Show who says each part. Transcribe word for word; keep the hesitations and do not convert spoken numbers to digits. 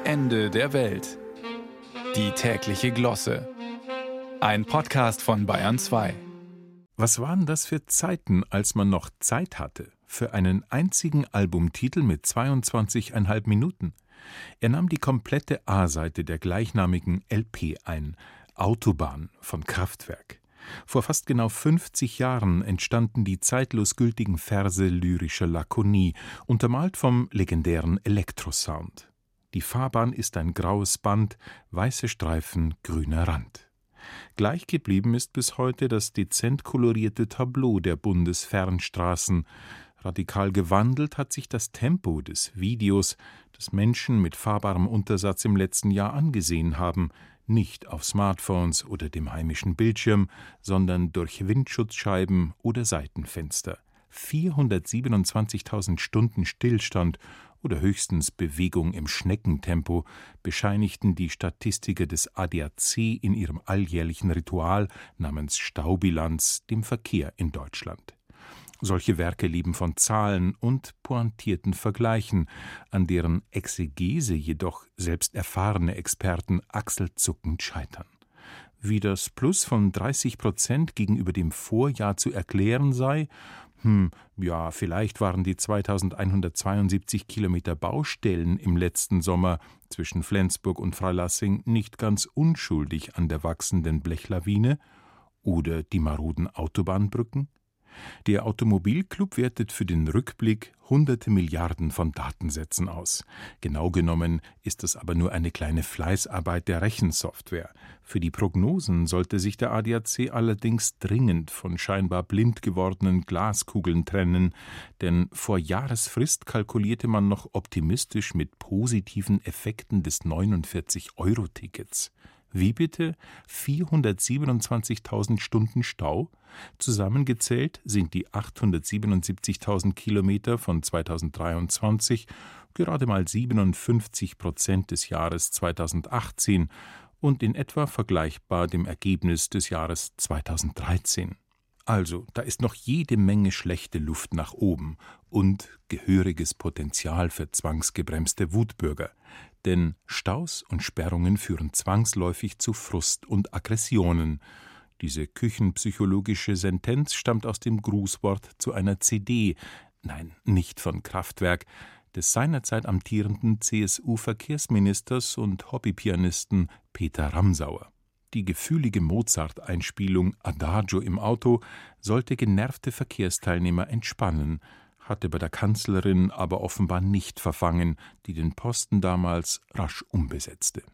Speaker 1: Ende der Welt. Die tägliche Glosse. Ein Podcast von Bayern zwei.
Speaker 2: Was waren das für Zeiten, als man noch Zeit hatte für einen einzigen Albumtitel mit zweiundzwanzig Komma fünf Minuten? Er nahm die komplette A-Seite der gleichnamigen L P ein, Autobahn von Kraftwerk. Vor fast genau fünfzig Jahren entstanden die zeitlos gültigen Verse lyrischer Lakonie, untermalt vom legendären Elektrosound. Die Fahrbahn ist ein graues Band, weiße Streifen, grüner Rand. Gleich geblieben ist bis heute das dezent kolorierte Tableau der Bundesfernstraßen. Radikal gewandelt hat sich das Tempo des Videos, das Menschen mit fahrbarem Untersatz im letzten Jahr angesehen haben, nicht auf Smartphones oder dem heimischen Bildschirm, sondern durch Windschutzscheiben oder Seitenfenster. vierhundertsiebenundzwanzigtausend Stunden Stillstand oder höchstens Bewegung im Schneckentempo bescheinigten die Statistiker des A D A C in ihrem alljährlichen Ritual namens Staubilanz dem Verkehr in Deutschland. Solche Werke leben von Zahlen und pointierten Vergleichen, an deren Exegese jedoch selbst erfahrene Experten achselzuckend scheitern. Wie das Plus von dreißig Prozent gegenüber dem Vorjahr zu erklären sei, hm, ja, vielleicht waren die zweitausendeinhundertzweiundsiebzig Kilometer Baustellen im letzten Sommer zwischen Flensburg und Freilassing nicht ganz unschuldig an der wachsenden Blechlawine oder die maroden Autobahnbrücken. Der Automobilclub wertet für den Rückblick hunderte Milliarden von Datensätzen aus. Genau genommen ist das aber nur eine kleine Fleißarbeit der Rechensoftware. Für die Prognosen sollte sich der A D A C allerdings dringend von scheinbar blind gewordenen Glaskugeln trennen, denn vor Jahresfrist kalkulierte man noch optimistisch mit positiven Effekten des neunundvierzig-Euro-Tickets. Wie bitte? vierhundertsiebenundzwanzigtausend Stunden Stau? Zusammengezählt sind die achthundertsiebenundsiebzigtausend Kilometer von zweitausenddreiundzwanzig gerade mal siebenundfünfzig Prozent des Jahres zweitausendachtzehn und in etwa vergleichbar dem Ergebnis des Jahres zweitausenddreizehn. Also, da ist noch jede Menge schlechte Luft nach oben und gehöriges Potenzial für zwangsgebremste Wutbürger. Denn Staus und Sperrungen führen zwangsläufig zu Frust und Aggressionen. Diese küchenpsychologische Sentenz stammt aus dem Grußwort zu einer C D, nein, nicht von Kraftwerk, des seinerzeit amtierenden C S U-Verkehrsministers und Hobbypianisten Peter Ramsauer. Die gefühlige Mozart-Einspielung Adagio im Auto sollte genervte Verkehrsteilnehmer entspannen, hatte bei der Kanzlerin aber offenbar nicht verfangen, die den Posten damals rasch umbesetzte.